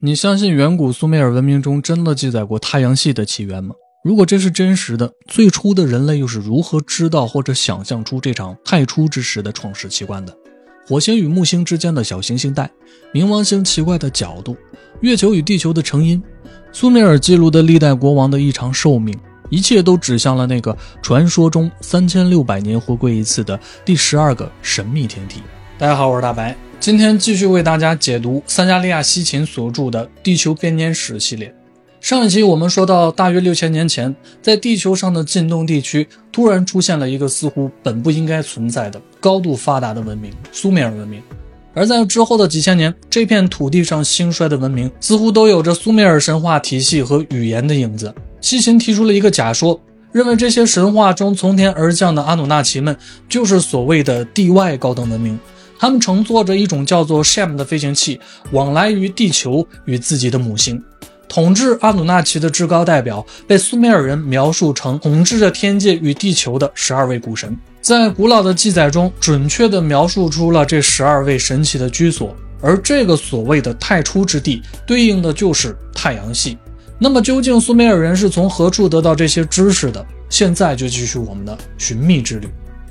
你相信远古苏美尔文明中真的记载过太阳系的起源吗？如果这是真实的，最初的人类又是如何知道或者想象出这场太初之时的创世奇观的？火星与木星之间的小行星带，冥王星奇怪的角度，月球与地球的成因，苏美尔记录的历代国王的异常寿命，一切都指向了那个传说中3600年回归一次的第12个神秘天体。大家好，我是大白，今天继续为大家解读桑加利亚西琴所著的《地球编年史》系列。上一期我们说到，大约6000年前，在地球上的近东地区突然出现了一个似乎本不应该存在的高度发达的文明——苏美尔文明。而在之后的几千年，这片土地上兴衰的文明似乎都有着苏美尔神话体系和语言的影子。西琴提出了一个假说，认为这些神话中从天而降的阿努纳奇们就是所谓的地外高等文明，他们乘坐着一种叫做 Shem 的飞行器，往来于地球与自己的母星。统治阿努纳奇的至高代表被苏美尔人描述成统治着天界与地球的12位古神。在古老的记载中，准确地描述出了这12位神奇的居所，而这个所谓的太初之地对应的就是太阳系。那么究竟苏美尔人是从何处得到这些知识的？现在就继续我们的寻觅之旅。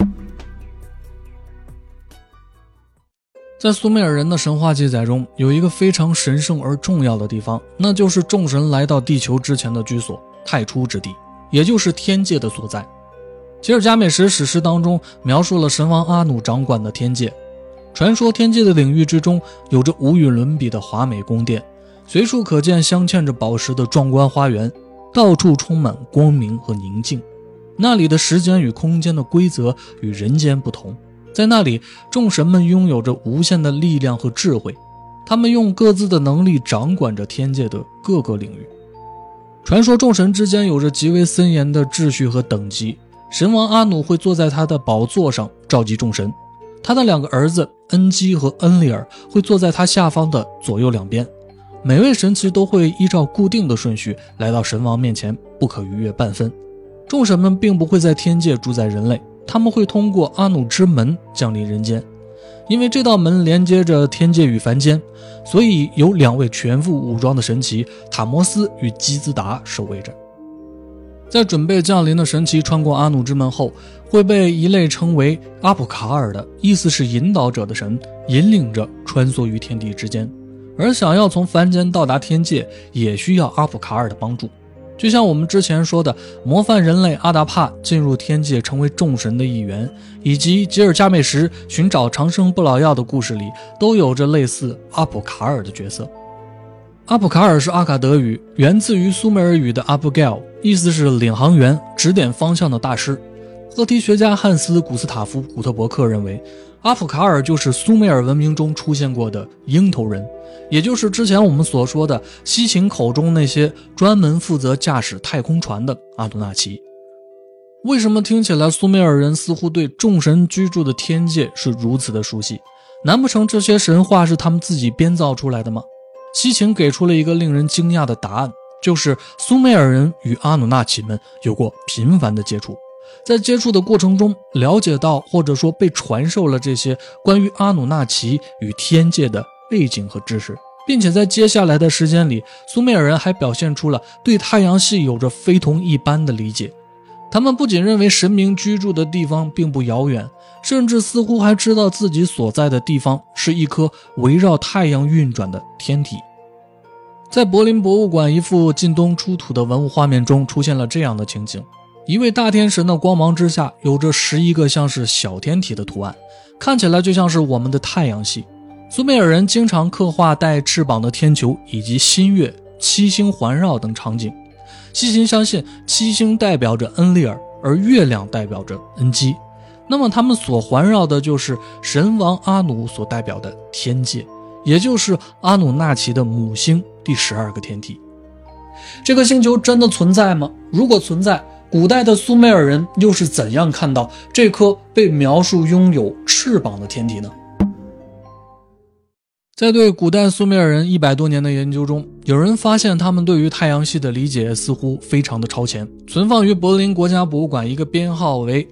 在苏美尔人的神话记载中，有一个非常神圣而重要的地方，那就是众神来到地球之前的居所——太初之地，也就是天界的所在。吉尔加美什史诗当中描述了神王阿努掌管的天界，传说天界的领域之中有着无与伦比的华美宫殿，随处可见镶嵌着宝石的壮观花园，到处充满光明和宁静。那里的时间与空间的规则与人间不同，在那里，众神们拥有着无限的力量和智慧，他们用各自的能力掌管着天界的各个领域。传说众神之间有着极为森严的秩序和等级，神王阿努会坐在他的宝座上召集众神，他的2个儿子恩基和恩利尔会坐在他下方的左右两边，每位神祇都会依照固定的顺序来到神王面前，不可逾越半分。众神们并不会在天界主宰人类，他们会通过阿努之门降临人间，因为这道门连接着天界与凡间，所以有2位全副武装的神祇塔摩斯与基兹达守卫着。在准备降临的神祇穿过阿努之门后，会被一类称为阿普卡尔的，意思是引导者的神引领着穿梭于天地之间，而想要从凡间到达天界也需要阿普卡尔的帮助。就像我们之前说的模范人类阿达帕进入天界成为众神的一员，以及吉尔加美什寻找长生不老药的故事里，都有着类似阿普卡尔的角色。阿普卡尔是阿卡德语，源自于苏美尔语的阿布盖尔，意思是领航员，指点方向的大师。赫梯学家汉斯·古斯塔夫·古特伯克认为，阿普卡尔就是苏美尔文明中出现过的鹰头人，也就是之前我们所说的西琴口中那些专门负责驾驶太空船的阿努纳奇。为什么听起来苏美尔人似乎对众神居住的天界是如此的熟悉？难不成这些神话是他们自己编造出来的吗？西琴给出了一个令人惊讶的答案，就是苏美尔人与阿努纳奇们有过频繁的接触，在接触的过程中了解到或者说被传授了这些关于阿努纳奇与天界的背景和知识，并且在接下来的时间里，苏美尔人还表现出了对太阳系有着非同一般的理解。他们不仅认为神明居住的地方并不遥远，甚至似乎还知道自己所在的地方是一颗围绕太阳运转的天体。在柏林博物馆一幅近东出土的文物画面中出现了这样的情景，一位大天神的光芒之下有着11个像是小天体的图案，看起来就像是我们的太阳系。苏美尔人经常刻画带翅膀的天球以及新月、7星环绕等场景。西琴相信7星代表着恩利尔，而月亮代表着恩基，那么他们所环绕的就是神王阿努所代表的天界，也就是阿努纳奇的母星第12个天体。这个星球真的存在吗？如果存在，古代的苏美尔人又是怎样看到这颗被描述拥有翅膀的天体呢？在对古代苏美尔人100多年的研究中， 有人发现他们对于太阳系的理解似乎非常的超前。存放于柏林国家博物馆一个编号为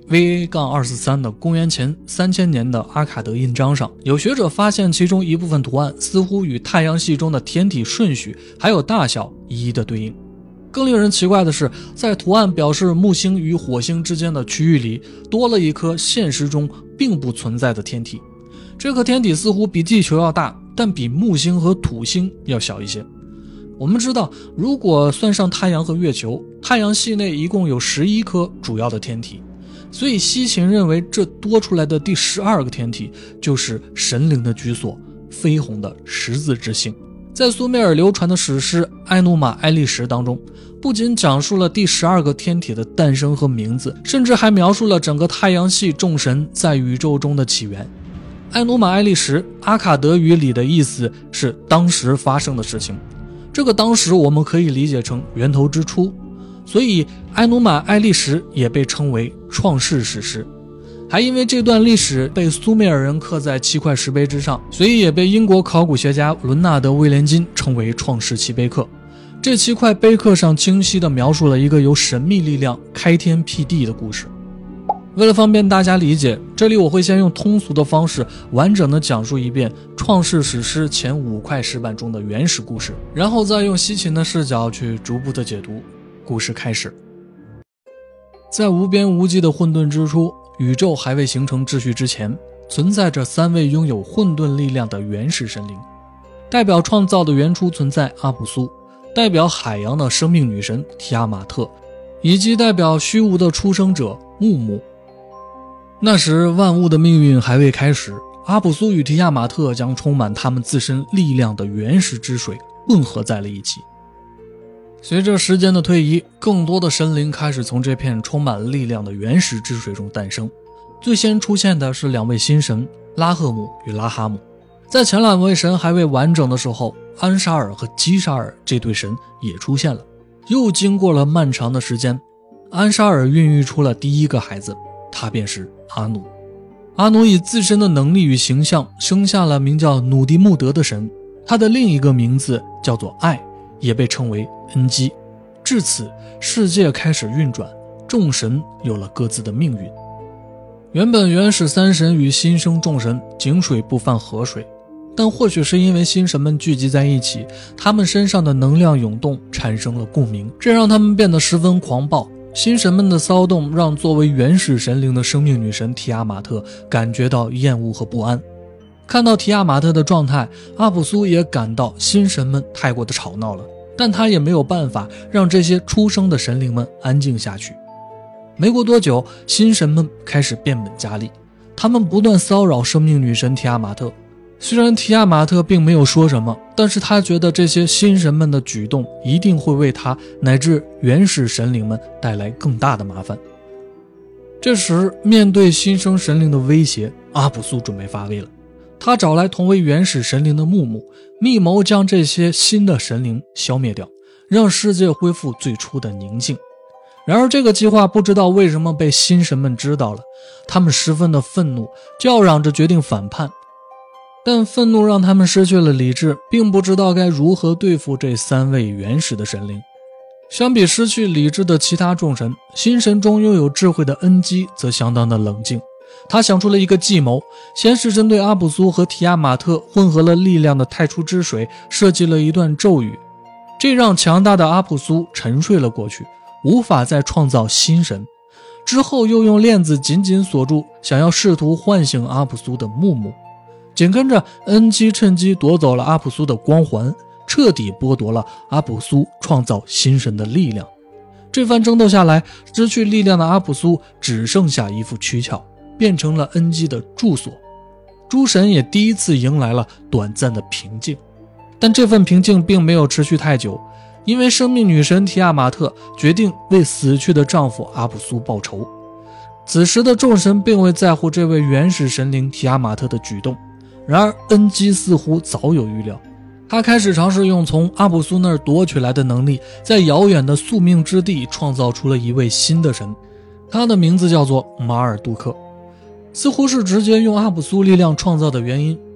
VA-243 的公元前3000年的阿卡德印章上，有学者发现其中一部分图案似乎与太阳系中的天体顺序还有大小一一的对应。更令人奇怪的是，在图案表示木星与火星之间的区域里，多了一颗现实中并不存在的天体。这颗天体似乎比地球要大，但比木星和土星要小一些。我们知道，如果算上太阳和月球，太阳系内一共有11颗主要的天体，所以西秦认为这多出来的第12个天体就是神灵的居所——绯红的十字之星。在苏美尔流传的史诗《埃努马埃利什》当中，不仅讲述了第12个天体的诞生和名字，甚至还描述了整个太阳系众神在宇宙中的起源。埃努马埃利什，阿卡德语里的意思是当时发生的事情。这个当时我们可以理解成源头之初，所以埃努马埃利什也被称为创世史诗。还因为这段历史被苏美尔人刻在7块石碑之上，所以也被英国考古学家伦纳德·威廉金称为创世7碑刻。这7块碑刻上清晰地描述了一个由神秘力量开天辟地的故事。为了方便大家理解，这里我会先用通俗的方式完整地讲述一遍创世史诗前5块石板中的原始故事，然后再用西秦的视角去逐步的解读。故事开始。在无边无际的混沌之初，宇宙还未形成秩序之前，存在着3位拥有混沌力量的原始神灵，代表创造的原初存在阿普苏，代表海洋的生命女神提亚马特，以及代表虚无的出生者木木。那时万物的命运还未开始，阿普苏与提亚马特将充满他们自身力量的原始之水混合在了一起。随着时间的推移，更多的神灵开始从这片充满力量的原始之水中诞生。最先出现的是2位新神拉赫姆与拉哈姆。在前2位神还未完整的时候，安沙尔和基沙尔这对神也出现了。又经过了漫长的时间，安沙尔孕育出了第1个孩子，他便是阿努。阿努以自身的能力与形象生下了名叫努迪穆德的神，他的另一个名字叫做爱，也被称为恩基。至此，世界开始运转，众神有了各自的命运。原本原始3神与新生众神井水不犯河水，但或许是因为新神们聚集在一起，他们身上的能量涌动产生了共鸣，这让他们变得十分狂暴。新神们的骚动让作为原始神灵的生命女神提亚马特感觉到厌恶和不安。看到提亚马特的状态，阿普苏也感到新神们太过的吵闹了，但他也没有办法让这些出生的神灵们安静下去。没过多久，新神们开始变本加厉，他们不断骚扰生命女神提亚马特。虽然提亚马特并没有说什么，但是他觉得这些新神们的举动一定会为他乃至原始神灵们带来更大的麻烦。这时，面对新生神灵的威胁，阿普苏准备发威了。他找来同为原始神灵的木木，密谋将这些新的神灵消灭掉，让世界恢复最初的宁静。然而这个计划不知道为什么被新神们知道了，他们十分的愤怒，叫嚷着决定反叛。但愤怒让他们失去了理智，并不知道该如何对付这3位原始的神灵。相比失去理智的其他众神，新神中拥有智慧的恩基则相当的冷静。他想出了一个计谋，先是针对阿普苏和提亚马特混合了力量的太初之水设计了一段咒语，这让强大的阿普苏沉睡了过去，无法再创造新神。之后又用链子紧紧锁住想要试图唤醒阿普苏的木木。紧跟着，恩基趁机夺走了阿普苏的光环，彻底剥夺了阿普苏创造新神的力量。这番争斗下来，失去力量的阿普苏只剩下一副躯壳，变成了恩基的住所。诸神也第一次迎来了短暂的平静，但这份平静并没有持续太久，因为生命女神提亚马特决定为死去的丈夫阿普苏报仇。此时的众神并未在乎这位原始神灵提亚马特的举动，然而恩基似乎早有预料，他开始尝试用从阿普苏那儿夺取来的能力，在遥远的宿命之地创造出了一位新的神，他的名字叫做马尔杜克。似乎是直接用阿普苏力量创造的原因，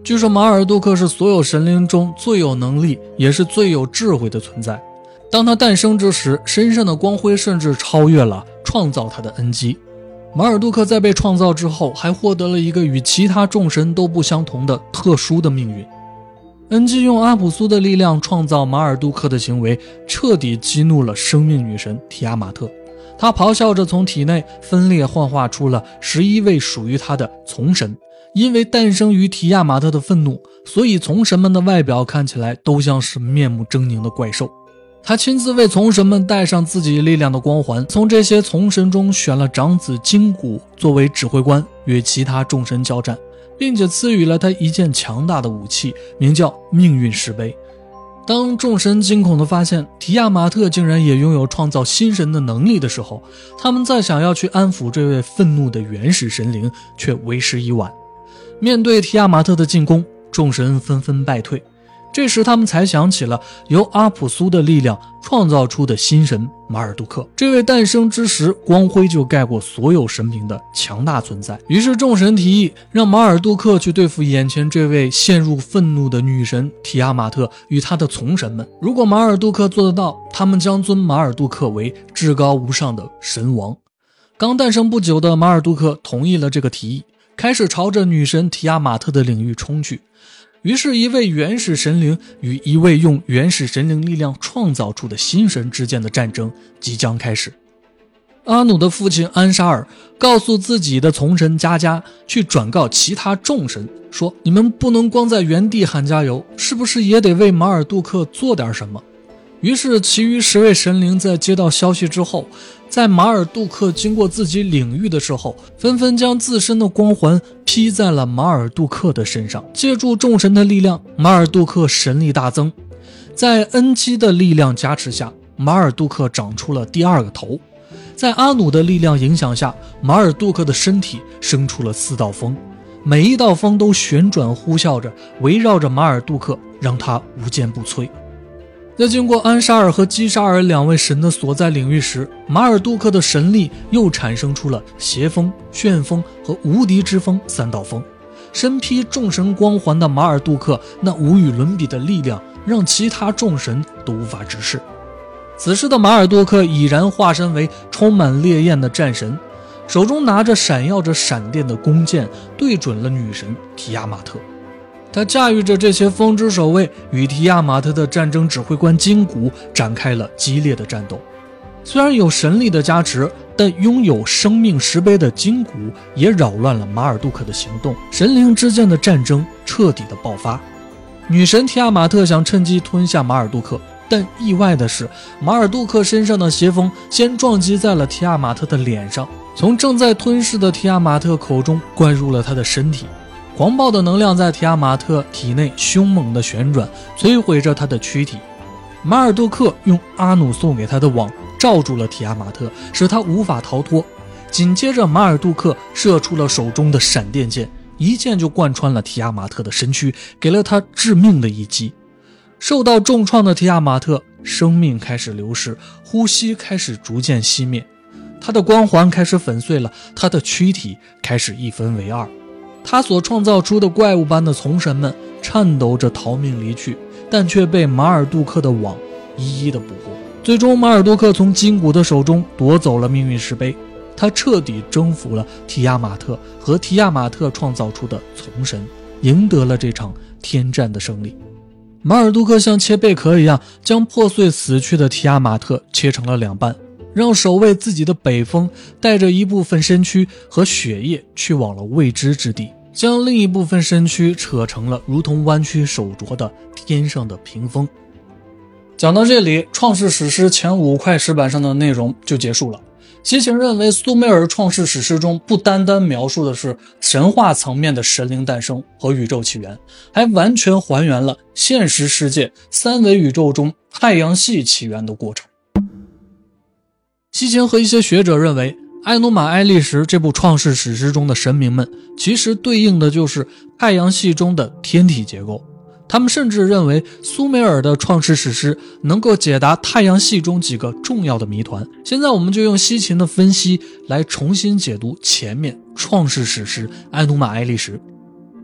据说马尔杜克是所有神灵中最有能力也是最有智慧的存在。当他诞生之时，身上的光辉甚至超越了创造他的恩基。马尔杜克在被创造之后，还获得了一个与其他众神都不相同的特殊的命运。恩基用阿普苏的力量创造马尔杜克的行为，彻底激怒了生命女神提亚马特。他咆哮着从体内分裂幻化出了11位属于他的从神。因为诞生于提亚马特的愤怒，所以从神们的外表看起来都像是面目狰狞的怪兽。他亲自为从神们戴上自己力量的光环，从这些从神中选了长子金古作为指挥官，与其他众神交战，并且赐予了他一件强大的武器，名叫命运石碑。当众神惊恐地发现提亚马特竟然也拥有创造新神的能力的时候，他们再想要去安抚这位愤怒的原始神灵，却为时已晚。面对提亚马特的进攻，众神纷纷败退。这时他们才想起了由阿普苏的力量创造出的新神马尔杜克，这位诞生之时光辉就盖过所有神明的强大存在。于是众神提议让马尔杜克去对付眼前这位陷入愤怒的女神提亚马特与他的从神们。如果马尔杜克做得到，他们将尊马尔杜克为至高无上的神王。刚诞生不久的马尔杜克同意了这个提议，开始朝着女神提亚马特的领域冲去。于是一位原始神灵与一位用原始神灵力量创造出的新神之间的战争即将开始。阿努的父亲安沙尔告诉自己的从神加加去转告其他众神，说你们不能光在原地喊加油，是不是也得为马尔杜克做点什么？于是其余10位神灵在接到消息之后，在马尔杜克经过自己领域的时候，纷纷将自身的光环披在了马尔杜克的身上。借助众神的力量，马尔杜克神力大增。在恩基的力量加持下，马尔杜克长出了第2个头。在阿努的力量影响下，马尔杜克的身体生出了4道风，每一道风都旋转呼啸着围绕着马尔杜克，让他无坚不摧。在经过安沙尔和基沙尔2位神的所在领域时，马尔杜克的神力又产生出了邪风、旋风和无敌之风3道风。身披众神光环的马尔杜克那无与伦比的力量，让其他众神都无法直视。此时的马尔杜克已然化身为充满烈焰的战神，手中拿着闪耀着闪电的弓箭，对准了女神提亚马特。他驾驭着这些风之守卫，与提亚马特的战争指挥官金古展开了激烈的战斗。虽然有神力的加持，但拥有生命石碑的金古也扰乱了马尔杜克的行动，神灵之间的战争彻底的爆发。女神提亚马特想趁机吞下马尔杜克，但意外的是，马尔杜克身上的邪风先撞击在了提亚马特的脸上，从正在吞噬的提亚马特口中灌入了他的身体。狂暴的能量在提亚马特体内凶猛的旋转，摧毁着他的躯体。马尔杜克用阿努送给他的网罩住了提亚马特，使他无法逃脱。紧接着马尔杜克射出了手中的闪电剑，一剑就贯穿了提亚马特的身躯，给了他致命的一击。受到重创的提亚马特生命开始流失，呼吸开始逐渐熄灭，他的光环开始粉碎了，他的躯体开始一分为2。他所创造出的怪物般的从神们颤抖着逃命离去，但却被马尔杜克的网一一的捕获。最终马尔杜克从金古的手中夺走了命运石碑，他彻底征服了提亚马特和提亚马特创造出的从神，赢得了这场天战的胜利。马尔杜克像切贝壳一样将破碎死去的提亚马特切成了2半，让守卫自己的北风带着一部分身躯和血液去往了未知之地，将另一部分身躯扯成了如同弯曲手镯的天上的屏风。讲到这里，创世史诗前5块石板上的内容就结束了。西芹认为苏美尔创世史诗中不单单描述的是神话层面的神灵诞生和宇宙起源，还完全还原了现实世界3维宇宙中太阳系起源的过程。西芹和一些学者认为，埃努马埃利什这部创世史诗中的神明们其实对应的就是太阳系中的天体结构。他们甚至认为苏美尔的创世史诗能够解答太阳系中几个重要的谜团。现在我们就用西芹的分析来重新解读前面创世史诗埃努马埃利什。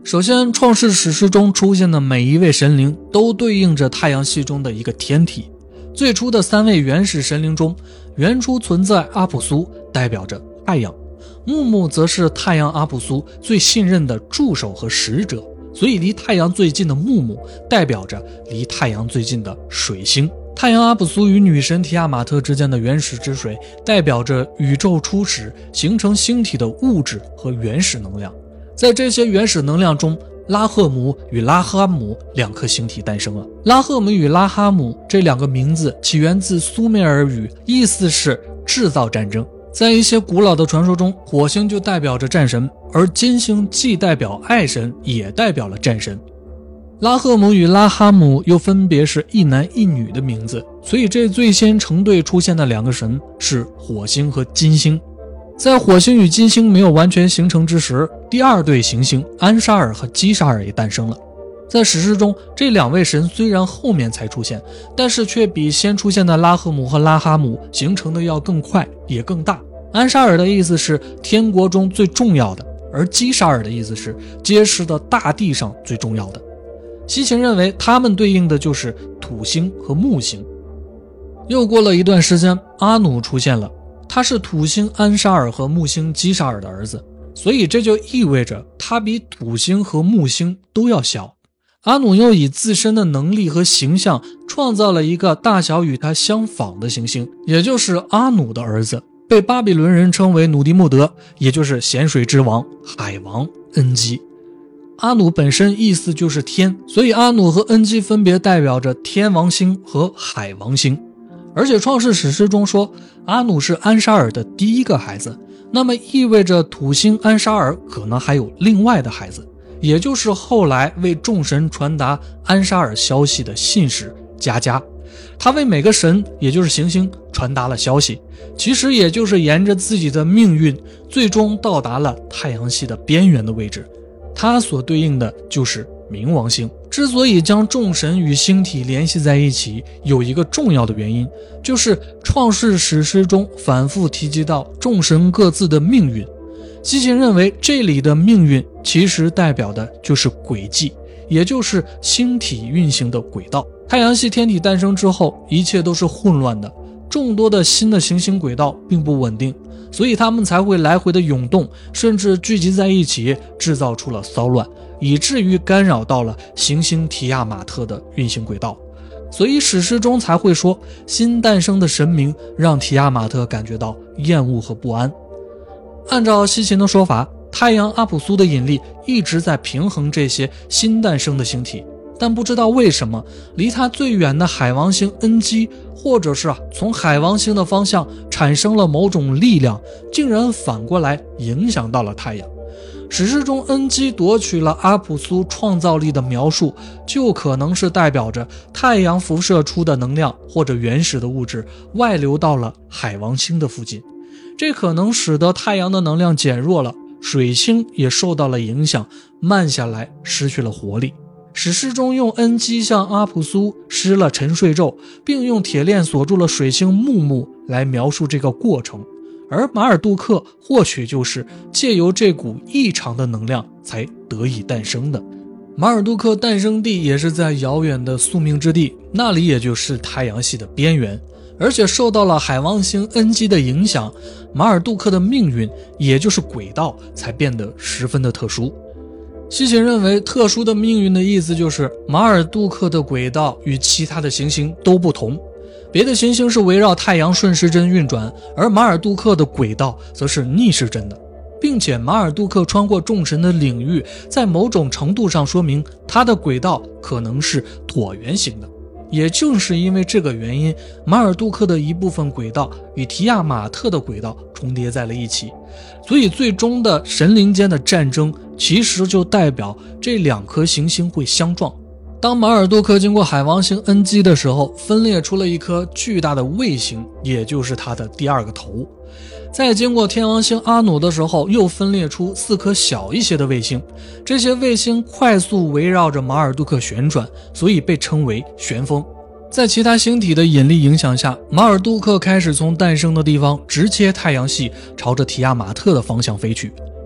首先，创世史诗中出现的每一位神灵都对应着太阳系中的一个天体。最初的3位原始神灵中，原初存在阿普苏，代表着太阳；木木则是太阳阿普苏最信任的助手和使者，所以离太阳最近的木木代表着离太阳最近的水星。太阳阿普苏与女神提亚马特之间的原始之水，代表着宇宙初始形成星体的物质和原始能量。在这些原始能量中，拉赫姆与拉哈姆2颗星体诞生了。拉赫姆与拉哈姆这2个名字起源自苏美尔语，意思是制造战争。在一些古老的传说中，火星就代表着战神，而金星既代表爱神，也代表了战神。拉赫姆与拉哈姆又分别是一男一女的名字，所以这最先成对出现的2个神是火星和金星。在火星与金星没有完全形成之时，第2对行星安沙尔和基沙尔也诞生了。在史诗中，这2位神虽然后面才出现，但是却比先出现的拉赫姆和拉哈姆形成的要更快，也更大。安沙尔的意思是天国中最重要的，而基沙尔的意思是揭示的大地上最重要的。西秦认为他们对应的就是土星和木星。又过了一段时间，阿努出现了，他是土星安沙尔和木星基沙尔的儿子，所以这就意味着他比土星和木星都要小。阿努又以自身的能力和形象创造了一个大小与他相仿的行星，也就是阿努的儿子，被巴比伦人称为努迪穆德，也就是咸水之王、海王恩基。阿努本身意思就是天，所以阿努和恩基分别代表着天王星和海王星。而且创世史诗中说阿努是安沙尔的第1个孩子，那么意味着土星安沙尔可能还有另外的孩子，也就是后来为众神传达安沙尔消息的信使加加。他为每个神，也就是行星传达了消息，其实也就是沿着自己的命运最终到达了太阳系的边缘的位置。他所对应的就是冥王星。之所以将众神与星体联系在一起，有一个重要的原因，就是创世史诗中反复提及到众神各自的命运。西秦认为这里的命运其实代表的就是轨迹，也就是星体运行的轨道。太阳系天体诞生之后，一切都是混乱的，众多的新的行星轨道并不稳定，所以它们才会来回的涌动，甚至聚集在一起，制造出了骚乱，以至于干扰到了行星提亚马特的运行轨道。所以史诗中才会说，新诞生的神明让提亚马特感觉到厌恶和不安。按照西秦的说法，太阳阿普苏的引力一直在平衡这些新诞生的星体，但不知道为什么，离它最远的海王星恩基，或者是从海王星的方向产生了某种力量，竟然反过来影响到了太阳。史诗中恩基夺取了阿普苏创造力的描述，就可能是代表着太阳辐射出的能量或者原始的物质外流到了海王星的附近，这可能使得太阳的能量减弱了，水星也受到了影响，慢下来，失去了活力。史诗中用恩基向阿普苏施了沉睡咒，并用铁链锁住了水星木木来描述这个过程，而马尔杜克或许就是借由这股异常的能量才得以诞生的。马尔杜克诞生地也是在遥远的宿命之地，那里也就是太阳系的边缘，而且受到了海王星恩基的影响，马尔杜克的命运也就是轨道才变得十分的特殊。西秦认为特殊的命运的意思就是马尔杜克的轨道与其他的行星都不同，别的行星是围绕太阳顺时针运转，而马尔杜克的轨道则是逆时针的，并且马尔杜克穿过众神的领域，在某种程度上说明它的轨道可能是椭圆形的。也正是因为这个原因，马尔杜克的一部分轨道与提亚马特的轨道重叠在了一起，所以最终的神灵间的战争其实就代表这2颗行星会相撞。当马尔杜克经过海王星恩基的时候，分裂出了一颗巨大的卫星，也就是它的第2个头。在经过天王星阿努的时候，又分裂出4颗小一些的卫星，这些卫星快速围绕着马尔杜克旋转，所以被称为旋风。在其他星体的引力影响下，马尔杜克开始从诞生的地方直切太阳系，朝着提亚马特的方向飞去。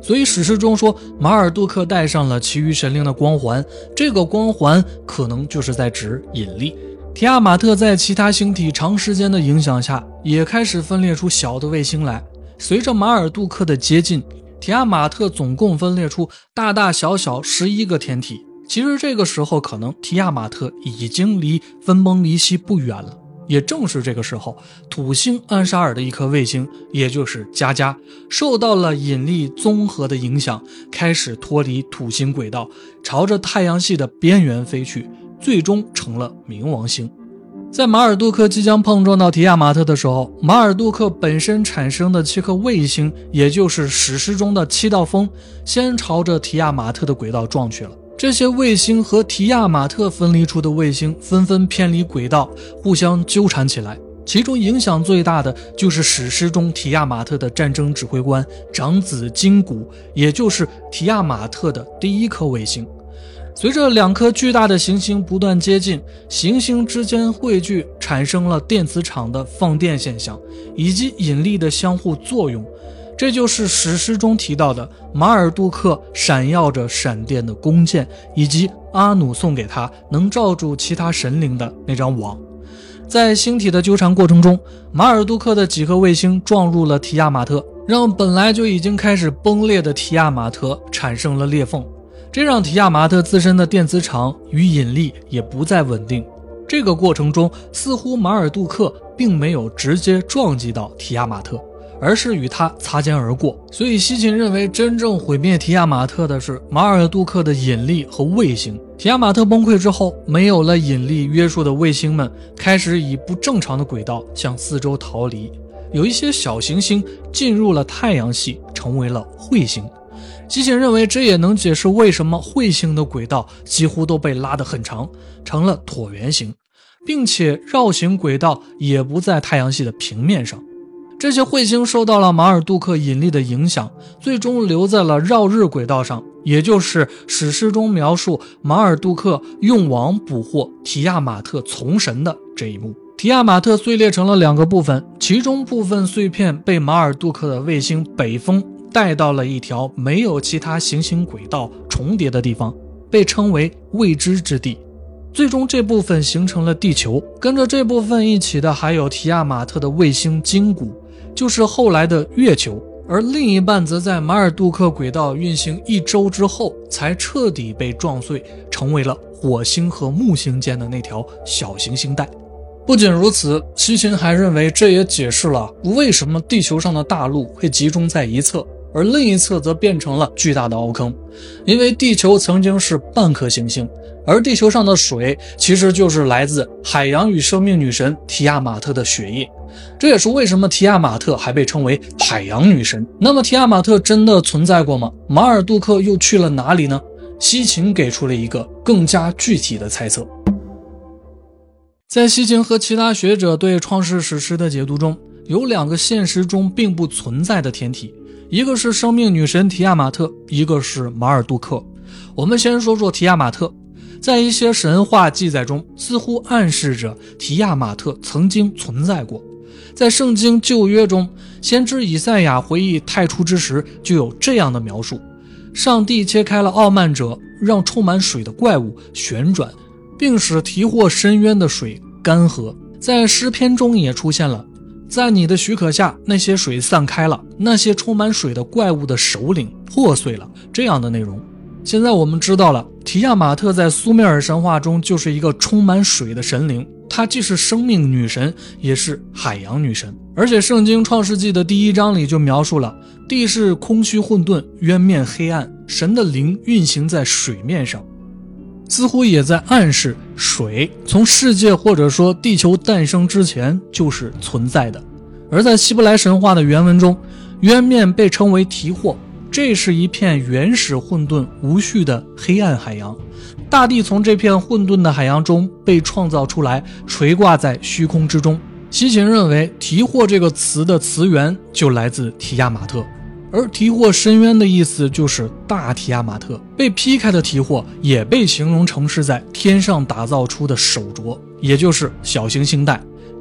所以史诗中说马尔杜克戴上了其余神灵的光环，这个光环可能就是在指引力。提亚马特在其他星体长时间的影响下，也开始分裂出小的卫星来。随着马尔杜克的接近，提亚马特总共分裂出大大小小11个天体。其实这个时候可能提亚马特已经离分崩离析不远了。也正是这个时候，土星安沙尔的一颗卫星，也就是加加，受到了引力综合的影响，开始脱离土星轨道，朝着太阳系的边缘飞去，最终成了冥王星。在马尔杜克即将碰撞到提亚马特的时候，马尔杜克本身产生的7颗卫星，也就是史诗中的7道风，先朝着提亚马特的轨道撞去了。这些卫星和提亚马特分离出的卫星纷纷偏离轨道，互相纠缠起来。其中影响最大的就是史诗中提亚马特的战争指挥官长子金古，也就是提亚马特的第1颗卫星。随着2颗巨大的行星不断接近，行星之间汇聚，产生了电磁场的放电现象，以及引力的相互作用。这就是史诗中提到的马尔杜克闪耀着闪电的弓箭，以及阿努送给他能罩住其他神灵的那张网。在星体的纠缠过程中，马尔杜克的几颗卫星撞入了提亚马特，让本来就已经开始崩裂的提亚马特产生了裂缝，这让提亚马特自身的电磁场与引力也不再稳定。这个过程中，似乎马尔杜克并没有直接撞击到提亚马特，而是与他擦肩而过。所以西芹认为真正毁灭提亚马特的是马尔杜克的引力和卫星。提亚马特崩溃之后，没有了引力约束的卫星们开始以不正常的轨道向四周逃离，有一些小行星进入了太阳系，成为了彗星。西芹认为这也能解释为什么彗星的轨道几乎都被拉得很长，成了椭圆形，并且绕行轨道也不在太阳系的平面上。这些彗星受到了马尔杜克引力的影响，最终留在了绕日轨道上，也就是史诗中描述马尔杜克用网捕获提亚马特从神的这一幕。提亚马特碎裂成了2个部分，其中部分碎片被马尔杜克的卫星北风带到了一条没有其他行星轨道重叠的地方，被称为未知之地。最终这部分形成了地球，跟着这部分一起的还有提亚马特的卫星金谷，就是后来的月球，而另一半则在马尔杜克轨道运行1周之后才彻底被撞碎，成为了火星和木星间的那条小行星带。不仅如此，西芹还认为这也解释了为什么地球上的大陆会集中在一侧，而另一侧则变成了巨大的凹坑。因为地球曾经是半颗行星，而地球上的水其实就是来自海洋与生命女神提亚马特的血液，这也是为什么提亚马特还被称为海洋女神。那么提亚马特真的存在过吗？马尔杜克又去了哪里呢？西芹给出了一个更加具体的猜测。在西芹和其他学者对创世史诗的解读中，有2个现实中并不存在的天体，一个是生命女神提亚马特，一个是马尔杜克。我们先说说提亚马特。在一些神话记载中，似乎暗示着提亚马特曾经存在过。在圣经旧约中，先知以赛亚回忆太初之时就有这样的描述：上帝切开了傲慢者，让充满水的怪物旋转，并使提获深渊的水干涸。在诗篇中也出现了，在你的许可下，那些水散开了，那些充满水的怪物的首领破碎了，这样的内容。现在我们知道了，提亚马特在苏美尔神话中就是一个充满水的神灵，她既是生命女神，也是海洋女神。而且圣经创世纪的第1章里就描述了，地是空虚混沌，渊面黑暗，神的灵运行在水面上，似乎也在暗示水从世界或者说地球诞生之前就是存在的。而在希伯来神话的原文中，渊面被称为提霍，这是一片原始混沌无序的黑暗海洋，大地从这片混沌的海洋中被创造出来，垂挂在虚空之中。西芹认为提霍这个词的词源就来自提亚马特，而提霍深渊的意思就是大提亚马特。被劈开的提霍也被形容成是在天上打造出的手镯，也就是小行星带，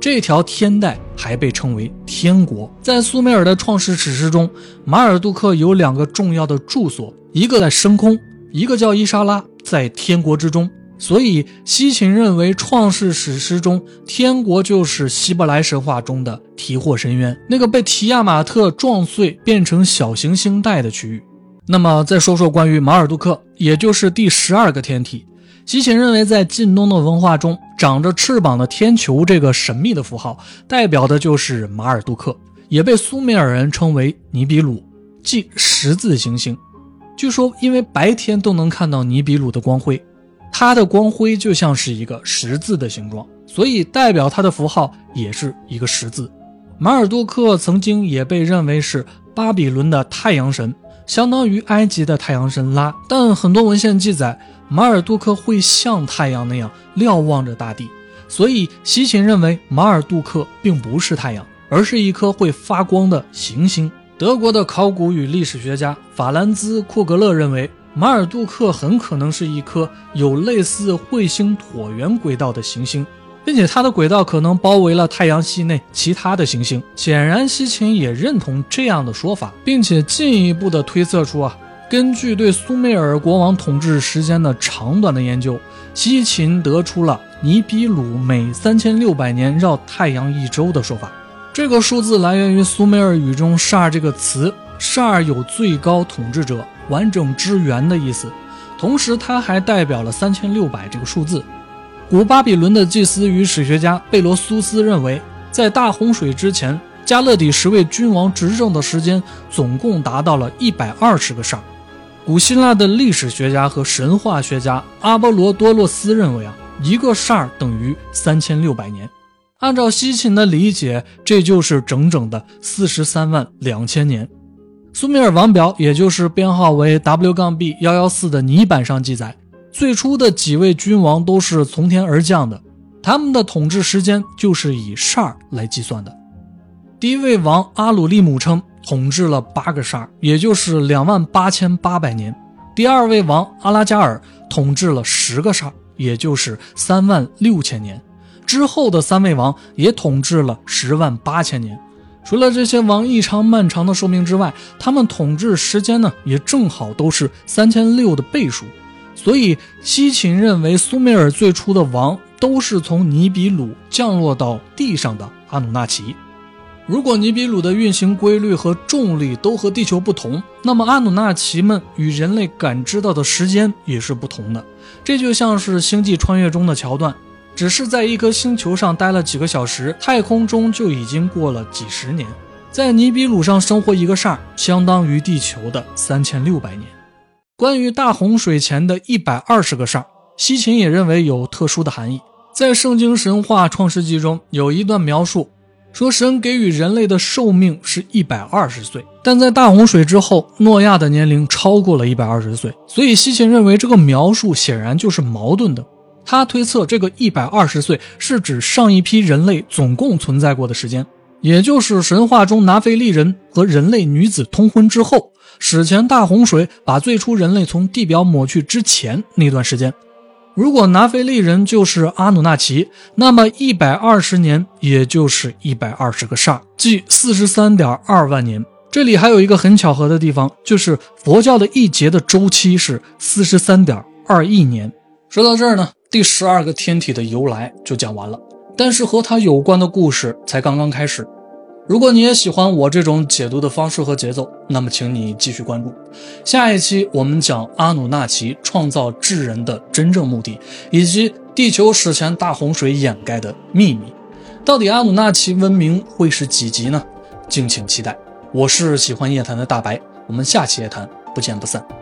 这条天带还被称为天国。在苏美尔的创世史诗中，马尔杜克有2个重要的住所，一个在深空，一个叫伊莎拉，在天国之中。所以西秦认为创世史诗中天国就是希伯来神话中的提霍深渊，那个被提亚马特撞碎变成小行星带的区域。那么再说说关于马尔杜克，也就是第12个天体。西秦认为在近东的文化中，长着翅膀的天球这个神秘的符号代表的就是马尔杜克，也被苏美尔人称为尼比鲁，即十字行星。据说因为白天都能看到尼比鲁的光辉，它的光辉就像是一个十字的形状，所以代表它的符号也是一个十字。马尔杜克曾经也被认为是巴比伦的太阳神，相当于埃及的太阳神拉，但很多文献记载马尔杜克会像太阳那样瞭望着大地，所以西秦认为马尔杜克并不是太阳，而是一颗会发光的行星。德国的考古与历史学家法兰兹·库格勒认为马尔杜克很可能是一颗有类似彗星椭圆轨道的行星，并且它的轨道可能包围了太阳系内其他的行星。显然西秦也认同这样的说法，并且进一步的推测出根据对苏美尔国王统治时间的长短的研究，西秦得出了尼比鲁每3600年绕太阳一周的说法。这个数字来源于苏美尔语中沙尔这个词，沙尔有最高统治者、完整之源的意思，同时它还代表了3600这个数字。古巴比伦的祭司与史学家贝罗苏斯认为，在大洪水之前，加勒底10位君王执政的时间总共达到了120个沙尔。古希腊的历史学家和神话学家阿波罗多洛斯认为一个沙尔等于3600年。按照西秦的理解，这就是整整的432000年。苏美尔王表，也就是编号为 W-B114 的泥板上记载，最初的几位君王都是从天而降的，他们的统治时间就是以沙尔来计算的。第一位王阿鲁利姆称统治了8个沙尔，也就是28800年。第二位王阿拉加尔统治了10个沙尔，也就是36000年。之后的3位王也统治了108000年。除了这些王异常漫长的寿命之外，他们统治时间呢也正好都是3600的倍数。所以西秦认为苏美尔最初的王都是从尼比鲁降落到地上的阿努纳奇。如果尼比鲁的运行规律和重力都和地球不同，那么阿努纳奇们与人类感知到的时间也是不同的。这就像是星际穿越中的桥段，只是在一颗星球上待了几个小时，太空中就已经过了几十年。在尼比鲁上生活一个沙尔，相当于地球的3600年。关于大洪水前的120个沙尔，西秦也认为有特殊的含义。在圣经神话创世纪中有一段描述，说神给予人类的寿命是120岁，但在大洪水之后，诺亚的年龄超过了120岁，所以西秦认为这个描述显然就是矛盾的。他推测这个120岁是指上一批人类总共存在过的时间，也就是神话中拿非利人和人类女子通婚之后，史前大洪水把最初人类从地表抹去之前那段时间。如果拿非利人就是阿努纳奇，那么120年也就是120个沙尔，即 43.2 万年。这里还有一个很巧合的地方，就是佛教的一节的周期是 43.2 亿年。说到这儿呢，第12个天体的由来就讲完了，但是和它有关的故事才刚刚开始。如果你也喜欢我这种解读的方式和节奏，那么请你继续关注。下一期我们讲阿努纳奇创造智人的真正目的，以及地球史前大洪水掩盖的秘密。到底阿努纳奇文明会是几级呢？敬请期待。我是喜欢夜谈的大白，我们下期夜谈不见不散。